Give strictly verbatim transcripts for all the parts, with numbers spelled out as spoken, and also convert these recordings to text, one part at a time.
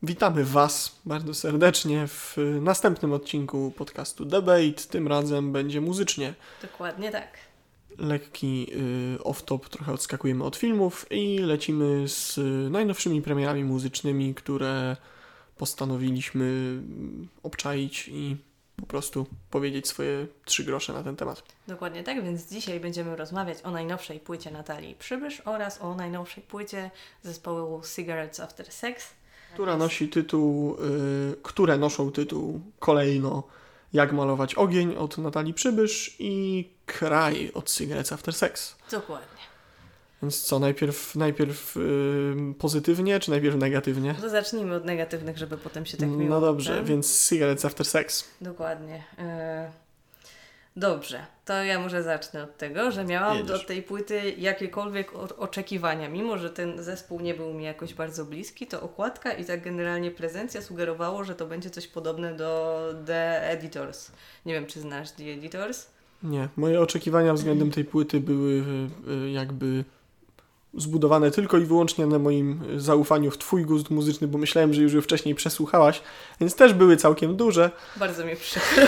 Witamy Was bardzo serdecznie w następnym odcinku podcastu Debate. Tym razem będzie muzycznie. Dokładnie tak. Lekki y, off-top, trochę odskakujemy od filmów i lecimy z najnowszymi premierami muzycznymi, które postanowiliśmy obczaić i po prostu powiedzieć swoje trzy grosze na ten temat. Dokładnie tak, więc dzisiaj będziemy rozmawiać o najnowszej płycie Natalii Przybysz oraz o najnowszej płycie zespołu Cigarettes After Sex. Która nosi tytuł, y, które noszą tytuł kolejno Jak malować ogień od Natalii Przybysz i Kraj od Cigarettes After Sex. Dokładnie. Więc co, najpierw, najpierw y, pozytywnie, czy najpierw negatywnie? To zacznijmy od negatywnych, żeby potem się tak miło... No dobrze, ten... więc Cigarettes After Sex. Dokładnie. E... Dobrze, to ja może zacznę od tego, że miałam Jedziesz. do tej płyty jakiekolwiek o- oczekiwania. Mimo że ten zespół nie był mi jakoś bardzo bliski, to okładka i tak generalnie prezencja sugerowało, że to będzie coś podobne do The Editors. Nie wiem, czy znasz The Editors? Nie, moje oczekiwania względem tej płyty były y, y, jakby zbudowane tylko i wyłącznie na moim zaufaniu w Twój gust muzyczny, bo myślałem, że już ją wcześniej przesłuchałaś, więc też były całkiem duże. Bardzo mi przykro.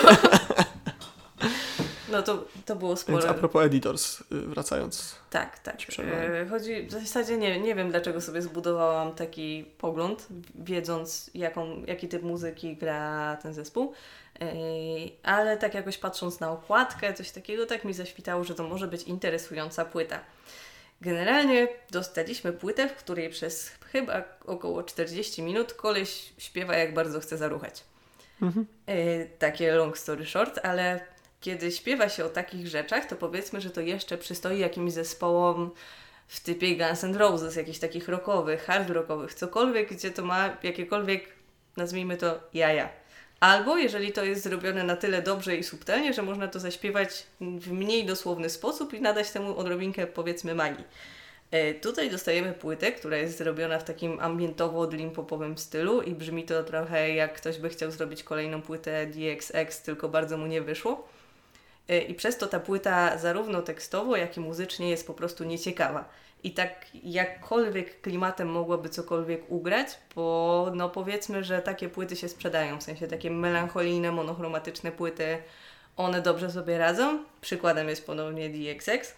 No to, to było sporo. Więc a propos Editors, y, wracając. Tak, tak. Przerwałem. E, Chodzi, w zasadzie nie, nie wiem, dlaczego sobie zbudowałam taki pogląd, wiedząc jaką, jaki typ muzyki gra ten zespół, e, ale tak jakoś patrząc na okładkę, coś takiego, tak mi zaświtało, że to może być interesująca płyta. Generalnie dostaliśmy płytę, w której przez chyba około czterdzieści minut koleś śpiewa, jak bardzo chce zaruchać. Mhm. E, takie long story short, ale kiedy śpiewa się o takich rzeczach, to powiedzmy, że to jeszcze przystoi jakimś zespołom w typie Guns N' Roses, jakichś takich rockowych, hard rockowych, cokolwiek, gdzie to ma jakiekolwiek, nazwijmy to, jaja. Albo jeżeli to jest zrobione na tyle dobrze i subtelnie, że można to zaśpiewać w mniej dosłowny sposób i nadać temu odrobinkę, powiedzmy, magii. E, tutaj dostajemy płytę, która jest zrobiona w takim ambientowo-dream-popowym stylu i brzmi to trochę jak ktoś by chciał zrobić kolejną płytę D X X, tylko bardzo mu nie wyszło. I przez to ta płyta zarówno tekstowo, jak i muzycznie jest po prostu nieciekawa. I tak jakkolwiek klimatem mogłaby cokolwiek ugrać, bo no powiedzmy, że takie płyty się sprzedają, w sensie takie melancholijne, monochromatyczne płyty, one dobrze sobie radzą. Przykładem jest ponownie D X X.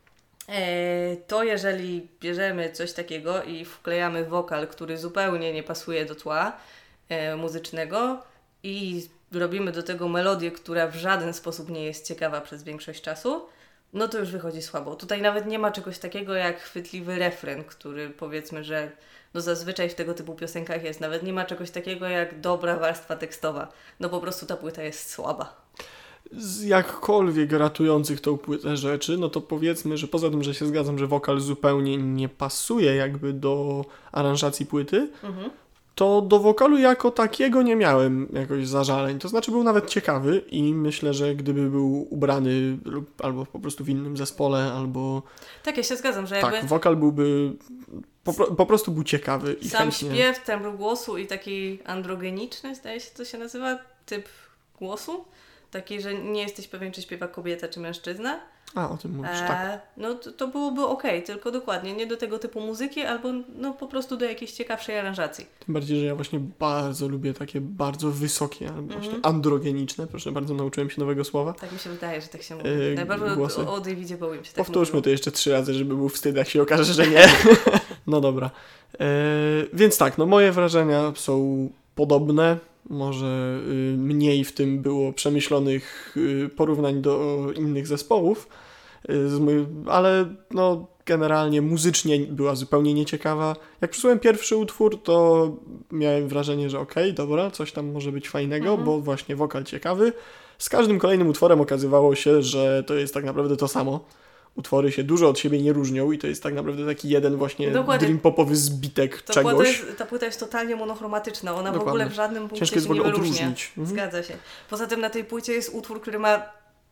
E, to jeżeli bierzemy coś takiego i wklejamy wokal, który zupełnie nie pasuje do tła e, muzycznego i robimy do tego melodię, która w żaden sposób nie jest ciekawa przez większość czasu, no to już wychodzi słabo. Tutaj nawet nie ma czegoś takiego jak chwytliwy refren, który powiedzmy, że no zazwyczaj w tego typu piosenkach jest. Nawet nie ma czegoś takiego jak dobra warstwa tekstowa. No po prostu ta płyta jest słaba. Z jakkolwiek ratujących tą płytę rzeczy, no to powiedzmy, że poza tym, że się zgadzam, że wokal zupełnie nie pasuje jakby do aranżacji płyty, Mhm. to do wokalu jako takiego nie miałem jakoś zażaleń. To znaczy był nawet ciekawy i myślę, że gdyby był ubrany lub albo po prostu w innym zespole, albo... Tak, ja się zgadzam, że jakby Tak, wokal byłby... Po, po prostu był ciekawy i sam chętnie... śpiew, tembr głosu i taki androgeniczny, zdaje się to się nazywa, typ głosu. Taki, że nie jesteś pewien, czy śpiewa kobieta, czy mężczyzna. A, o tym mówisz, E, tak. no to, to byłoby okej, tylko dokładnie nie do tego typu muzyki, albo no po prostu do jakiejś ciekawszej aranżacji. Tym bardziej, że ja właśnie bardzo lubię takie bardzo wysokie, albo Mhm. właśnie androgeniczne, proszę bardzo, nauczyłem się nowego słowa. Tak mi się wydaje, że tak się mówi. Yy, Najbardziej głosy. o, o Davidzie Bowie się tak Powtórzmy mówiło. to jeszcze trzy razy, żeby był wstyd, jak się okaże, że nie. No dobra. E, więc tak, no moje wrażenia są podobne. Może y, mniej w tym było przemyślonych y, porównań do innych zespołów, y, z my, ale no generalnie muzycznie była zupełnie nieciekawa. Jak przysłuchałem pierwszy utwór, to miałem wrażenie, że okej, okay, dobra, coś tam może być fajnego, Mhm. bo właśnie wokal ciekawy. Z każdym kolejnym utworem okazywało się, że to jest tak naprawdę to samo. Utwory się dużo od siebie nie różnią i to jest tak naprawdę taki jeden właśnie Dokładnie. dream popowy zbitek To czegoś. płyta jest, ta płyta jest totalnie monochromatyczna, ona Dokładnie. w ogóle w żadnym punkcie Ciężko jest się w nie ogóle wyróżnia. odróżnić. Mhm. Zgadza się. Poza tym na tej płycie jest utwór, który ma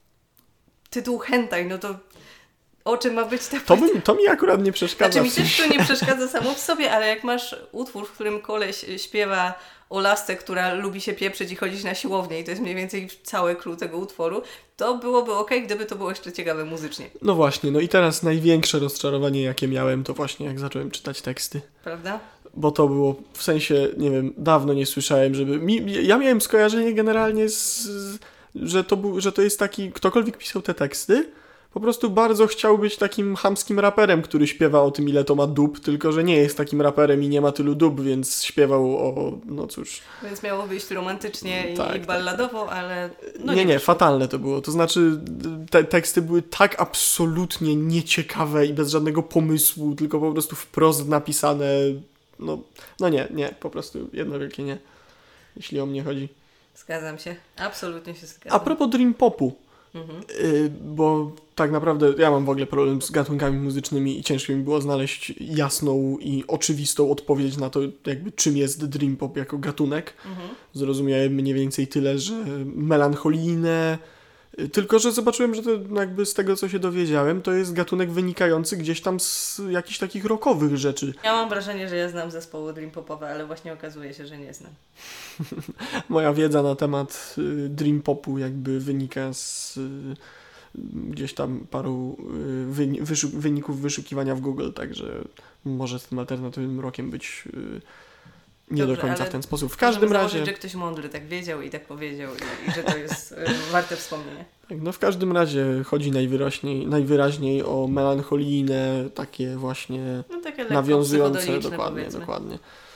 tytuł Hentai, no to o czym ma być ta To, płyta? by, to mi akurat nie przeszkadza. Znaczy mi w też sensie- to nie przeszkadza samo w sobie, ale jak masz utwór, w którym koleś śpiewa o lasce, która lubi się pieprzyć i chodzić na siłownię i to jest mniej więcej cały clue tego utworu, to byłoby okej, gdyby to było jeszcze ciekawe muzycznie. No właśnie, no i teraz największe rozczarowanie, jakie miałem, to właśnie jak zacząłem czytać teksty. Prawda? bo to było, w sensie, nie wiem, dawno nie słyszałem, żeby... Mi, ja miałem skojarzenie generalnie z... Że to, był, że to jest taki... Ktokolwiek pisał te teksty, po prostu bardzo chciał być takim chamskim raperem, który śpiewa o tym, ile to ma dób, tylko że nie jest takim raperem i nie ma tylu dób, więc śpiewał o... no cóż... Więc miało wyjść romantycznie tak, i balladowo, tak. ale... No nie, nie, nie, wyszło. fatalne to było. To znaczy te teksty były tak absolutnie nieciekawe i bez żadnego pomysłu, tylko po prostu wprost napisane. No, no nie, nie, po prostu jedno wielkie nie, jeśli o mnie chodzi. Zgadzam się, absolutnie się zgadzam. A propos Dream Popu, Mhm. yy, bo tak naprawdę ja mam w ogóle problem z gatunkami muzycznymi i ciężko mi było znaleźć jasną i oczywistą odpowiedź na to, jakby czym jest Dream Pop jako gatunek. Mhm. Zrozumiałem mniej więcej tyle, że melancholijne, tylko że zobaczyłem, że to jakby z tego, co się dowiedziałem, to jest gatunek wynikający gdzieś tam z jakichś takich rockowych rzeczy. Ja mam wrażenie, że ja znam zespoły dream popowe, ale właśnie okazuje się, że nie znam. Moja wiedza na temat y, Dream Popu jakby wynika z y, gdzieś tam paru y, wyni- wyszu- wyników wyszukiwania w Google, także może z tym alternatywnym rockiem być y, nie Dobrze, do końca ale w ten sposób. W każdym możemy razie... założyć, że ktoś mądry tak wiedział i tak powiedział i, i że to jest y, warte wspomnienia. Tak, no w każdym razie chodzi najwyraźniej, najwyraźniej o melancholijne, takie właśnie No takie lekko nawiązujące, psychodeliczne, dokładnie, powiedzmy. dokładnie.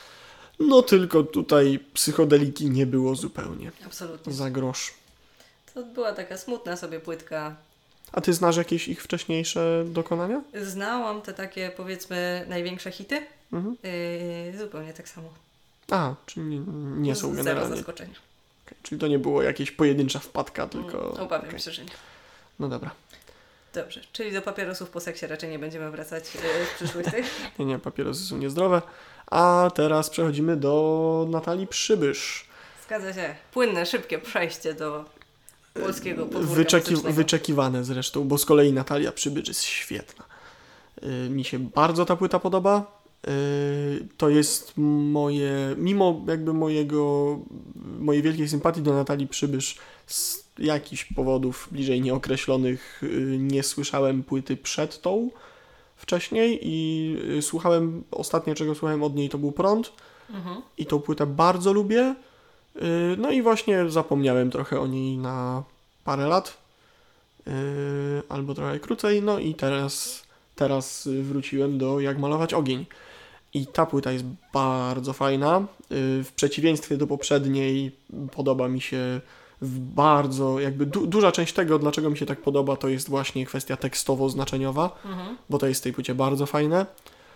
No tylko tutaj psychodeliki nie było zupełnie. Absolutnie. Za grosz. To była taka smutna sobie płytka. A ty znasz jakieś ich wcześniejsze dokonania? Znałam te takie, powiedzmy, największe hity. Mhm. Yy, zupełnie tak samo. A, czyli nie, nie są Zero generalnie. zaskoczenia. Okay. Czyli to nie było jakieś pojedyncza wpadka, tylko... Mm, Obawiam okay. się, że nie. No dobra. Dobrze, czyli do papierosów po seksie raczej nie będziemy wracać yy, w przyszłych tych. Nie, nie, papierosy są niezdrowe. A teraz przechodzimy do Natalii Przybysz. Zgadza się. Płynne, szybkie przejście do polskiego podwórka Wyczeki- muzycznego. wyczekiwane zresztą, bo z kolei Natalia Przybysz jest świetna. Yy, mi się bardzo ta płyta podoba. Yy, to jest moje, mimo jakby mojego, mojej wielkiej sympatii do Natalii Przybysz, z jakichś powodów bliżej nieokreślonych yy, nie słyszałem płyty przed tą wcześniej i yy, słuchałem, ostatnie czego słuchałem od niej to był Prąd Mhm. i tą płytę bardzo lubię. No i właśnie zapomniałem trochę o niej na parę lat, yy, albo trochę krócej, no i teraz, teraz wróciłem do Jak malować ogień. I ta płyta jest bardzo fajna. Yy, w przeciwieństwie do poprzedniej podoba mi się w bardzo, jakby du- duża część tego, dlaczego mi się tak podoba, to jest właśnie kwestia tekstowo-znaczeniowa, Mhm. bo to jest w tej płycie bardzo fajne.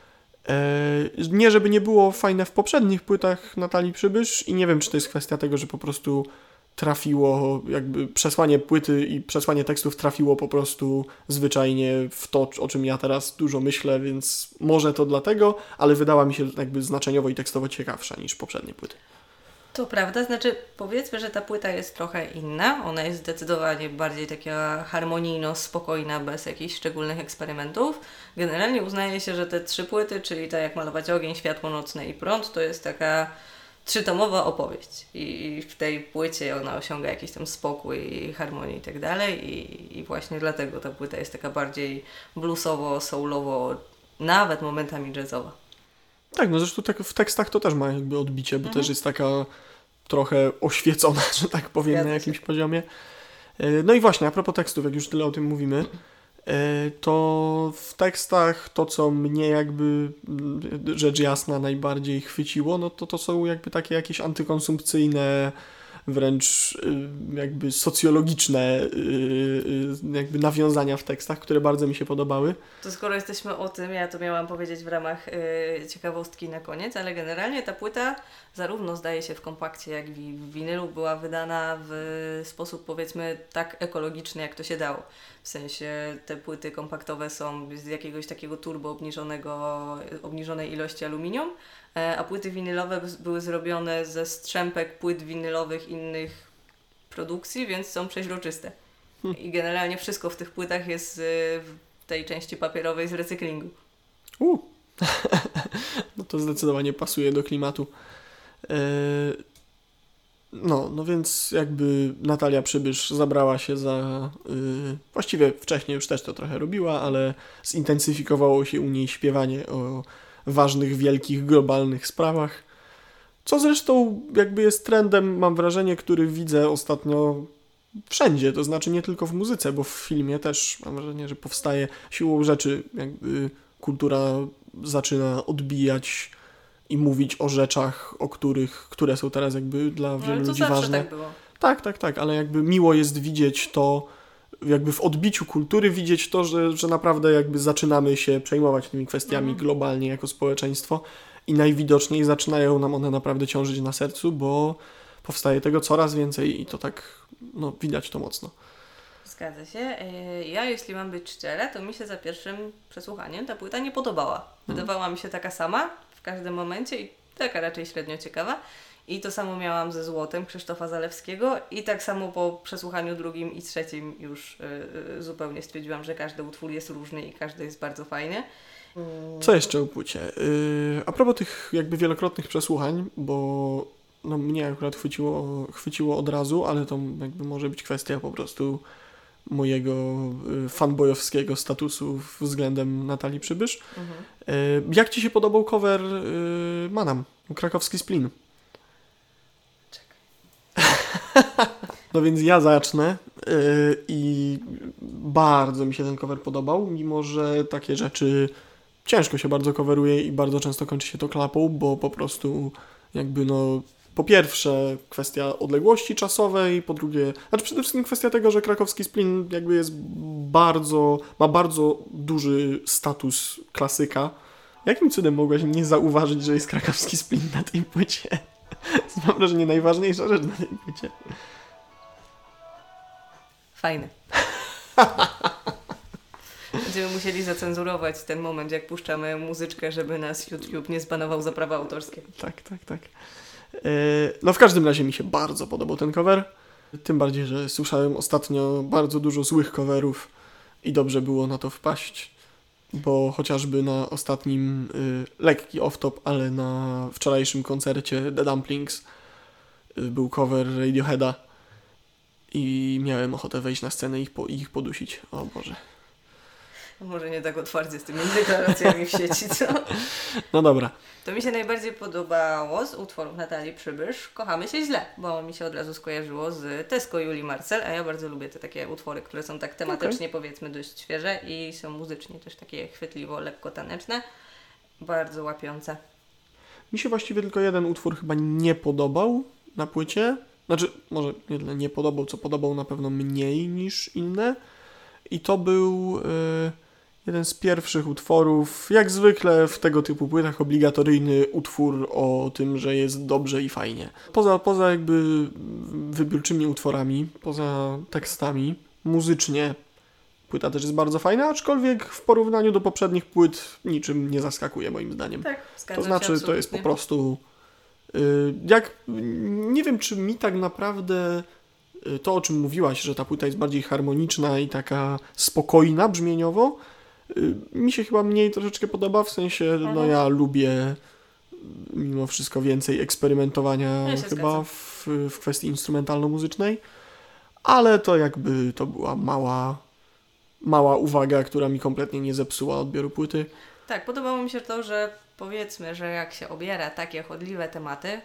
Nie, żeby nie było fajne w poprzednich płytach Natalii Przybysz i nie wiem, czy to jest kwestia tego, że po prostu trafiło, jakby przesłanie płyty i przesłanie tekstów trafiło po prostu zwyczajnie w to, o czym ja teraz dużo myślę, więc może to dlatego, ale wydała mi się jakby znaczeniowo i tekstowo ciekawsza niż poprzednie płyty. To prawda, znaczy powiedzmy, że ta płyta jest trochę inna. Ona jest zdecydowanie bardziej taka harmonijno, spokojna, bez jakichś szczególnych eksperymentów. Generalnie uznaje się, że te trzy płyty, czyli tak jak malować ogień, światło nocne i prąd, to jest taka trzytomowa opowieść. I w tej płycie ona osiąga jakiś tam spokój i harmonię i tak dalej. I, i właśnie dlatego ta płyta jest taka bardziej bluesowo, soulowo, nawet momentami jazzowa. Tak, no zresztą tak w tekstach to też ma jakby odbicie, bo Mhm. też jest taka trochę oświecona, że tak powiem, Zgadza na się. jakimś poziomie. E, No i właśnie, a propos tekstów, jak już tyle o tym mówimy, e, to w tekstach to, co mnie jakby mm, rzecz jasna najbardziej chwyciło, no to to są jakby takie jakieś antykonsumpcyjne, wręcz y, jakby socjologiczne y, y, jakby nawiązania w tekstach, które bardzo mi się podobały. To skoro jesteśmy o tym, ja to miałam powiedzieć w ramach y, ciekawostki na koniec, ale generalnie ta płyta zarówno zdaje się w kompakcie, jak i w winylu była wydana w sposób powiedzmy tak ekologiczny, jak to się dało. W sensie te płyty kompaktowe są z jakiegoś takiego turbo obniżonego, obniżonej ilości aluminium, e, a płyty winylowe były zrobione ze strzępek płyt winylowych innych produkcji, więc są przeźroczyste. I generalnie wszystko w tych płytach jest y, w tej części papierowej z recyklingu. U. No to zdecydowanie pasuje do klimatu. Yy, No, no więc jakby Natalia Przybysz zabrała się za... Yy, właściwie wcześniej już też to trochę robiła, ale zintensyfikowało się u niej śpiewanie o ważnych, wielkich, globalnych sprawach. Co zresztą jakby jest trendem, mam wrażenie, który widzę ostatnio wszędzie, to znaczy nie tylko w muzyce, bo w filmie też mam wrażenie, że powstaje siłą rzeczy, jakby kultura zaczyna odbijać i mówić o rzeczach, o których, które są teraz jakby dla wielu no, to ludzi zawsze ważne. Tak było. Tak, tak, tak, ale jakby miło jest widzieć to, jakby w odbiciu kultury widzieć to, że, że naprawdę jakby zaczynamy się przejmować tymi kwestiami Mhm. globalnie jako społeczeństwo i najwidoczniej zaczynają nam one naprawdę ciążyć na sercu, bo powstaje tego coraz więcej i to tak, no widać to mocno. Zgadza się. E, Ja, jeśli mam być szczera, to mi się za pierwszym przesłuchaniem ta płyta nie podobała. Wydawała mi się taka sama w każdym momencie i taka raczej średnio ciekawa. I to samo miałam ze Złotem Krzysztofa Zalewskiego i tak samo po przesłuchaniu drugim i trzecim już y, y, zupełnie stwierdziłam, że każdy utwór jest różny i każdy jest bardzo fajny. Co jeszcze o płycie? Yy, a propos tych jakby wielokrotnych przesłuchań, bo no, mnie akurat chwyciło, chwyciło od razu, ale to jakby może być kwestia po prostu mojego y, fanboyowskiego statusu względem Natalii Przybysz. Mhm. Yy, jak Ci się podobał cover yy, Manam, Krakowski Splin? No więc ja zacznę yy, i bardzo mi się ten cover podobał, mimo że takie rzeczy ciężko się bardzo coveruje i bardzo często kończy się to klapą, bo po prostu jakby no po pierwsze kwestia odległości czasowej, po drugie, znaczy przede wszystkim kwestia tego, że Krakowski Splin jakby jest bardzo, ma bardzo duży status klasyka. Jakim cudem mogłaś nie zauważyć, że jest Krakowski Splin na tej płycie? To mam wrażenie najważniejsza rzecz na tej płycie. Fajny. Będziemy musieli zacenzurować ten moment, jak puszczamy muzyczkę, żeby nas YouTube nie zbanował za prawa autorskie. Tak, tak, tak. Yy, no w każdym razie mi się bardzo podobał ten cover. Tym bardziej, że słyszałem ostatnio bardzo dużo złych coverów i dobrze było na to wpaść, bo chociażby na ostatnim y, lekki off-top, ale na wczorajszym koncercie The Dumplings y, był cover Radioheada i miałem ochotę wejść na scenę i ich, po, ich podusić. O Boże. Może nie tak otwarcie z tymi deklaracjami w sieci, co? No dobra. To mi się najbardziej podobało z utworów Natalii Przybysz Kochamy się źle, bo mi się od razu skojarzyło z Tesco Julii Marcel, a ja bardzo lubię te takie utwory, które są tak tematycznie okay. powiedzmy dość świeże i są muzycznie też takie chwytliwo, lekko taneczne. Bardzo łapiące. Mi się właściwie tylko jeden utwór chyba nie podobał na płycie. Znaczy, może nie tyle nie podobał, co podobał na pewno mniej niż inne. I to był y, jeden z pierwszych utworów, jak zwykle w tego typu płytach, obligatoryjny utwór o tym, że jest dobrze i fajnie. Poza, poza jakby wybiórczymi utworami, poza tekstami, muzycznie płyta też jest bardzo fajna, aczkolwiek w porównaniu do poprzednich płyt niczym nie zaskakuje moim zdaniem. Tak, to znaczy, to jest po prostu y, jak, nie wiem, czy mi tak naprawdę to, o czym mówiłaś, że ta płyta jest bardziej harmoniczna i taka spokojna brzmieniowo, mi się chyba mniej troszeczkę podoba, w sensie, no ja lubię mimo wszystko więcej eksperymentowania ja chyba w, w kwestii instrumentalno-muzycznej, ale to jakby to była mała, mała uwaga, która mi kompletnie nie zepsuła odbioru płyty. Tak, podobało mi się to, że powiedzmy, że jak się obiera takie chodliwe tematy,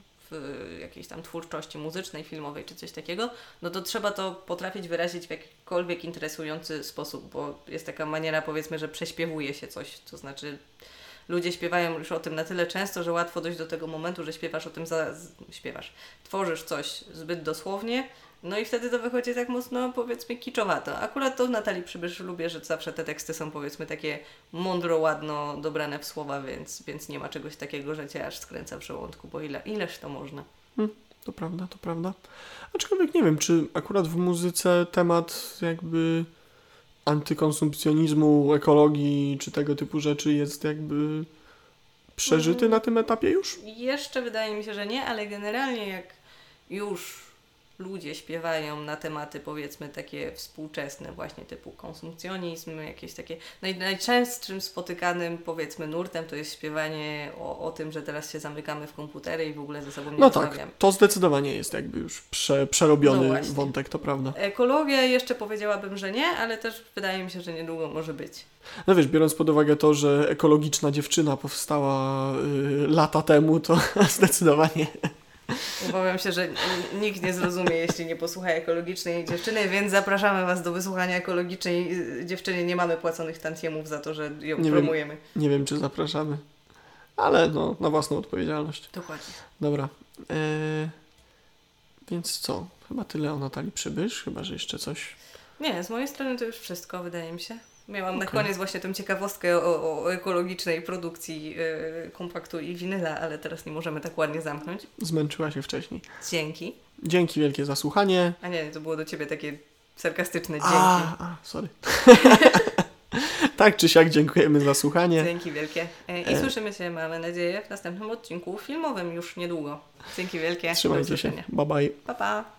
w jakiejś tam twórczości muzycznej, filmowej czy coś takiego, no to trzeba to potrafić wyrazić w jakikolwiek interesujący sposób, bo jest taka maniera, powiedzmy, że prześpiewuje się coś, to znaczy ludzie śpiewają już o tym na tyle często, że łatwo dojść do tego momentu, że śpiewasz o tym, za, z, śpiewasz, tworzysz coś zbyt dosłownie, no i wtedy to wychodzi tak mocno, powiedzmy, kiczowato. Akurat to w Natalii Przybysz lubię, że zawsze te teksty są, powiedzmy, takie mądro, ładno dobrane w słowa, więc, więc nie ma czegoś takiego, że cię aż skręca w żołądku, bo ile, ileż to można. Hmm, to prawda, to prawda. Aczkolwiek nie wiem, czy akurat w muzyce temat jakby antykonsumpcjonizmu, ekologii, czy tego typu rzeczy jest jakby przeżyty hmm. na tym etapie już? Jeszcze wydaje mi się, że nie, ale generalnie jak już ludzie śpiewają na tematy, powiedzmy, takie współczesne, właśnie typu konsumpcjonizm, jakieś takie naj, najczęstszym spotykanym, powiedzmy, nurtem to jest śpiewanie o, o tym, że teraz się zamykamy w komputery i w ogóle ze sobą nie No rozmawiamy. tak, to zdecydowanie jest jakby już prze, przerobiony No wątek, to prawda. Ekologia jeszcze powiedziałabym, że nie, ale też wydaje mi się, że niedługo może być. No wiesz, biorąc pod uwagę to, że ekologiczna dziewczyna powstała y, lata temu, to zdecydowanie. Obawiam się, że nikt nie zrozumie, jeśli nie posłucha ekologicznej dziewczyny, więc zapraszamy Was do wysłuchania ekologicznej dziewczyny. Nie mamy płaconych tantiemów za to, że ją Nie promujemy. Wiem, nie wiem, czy zapraszamy, ale no, na własną odpowiedzialność. Dokładnie. Dobra. E, więc co? Chyba tyle o Natalii Przybysz, chyba, że jeszcze coś. Nie, z mojej strony to już wszystko, wydaje mi się. Miałam Okay. na koniec właśnie tę ciekawostkę o, o ekologicznej produkcji yy, kompaktu i winyla, ale teraz nie możemy tak ładnie zamknąć. Zmęczyła się wcześniej. Dzięki. Dzięki wielkie za słuchanie. A nie, to było do Ciebie takie sarkastyczne dzięki. A, a sorry. Tak czy siak dziękujemy za słuchanie. Dzięki wielkie. E, I e... słyszymy się, mamy nadzieję, w następnym odcinku filmowym już niedługo. Dzięki wielkie. Trzymajcie się. Bye bye. Pa, pa.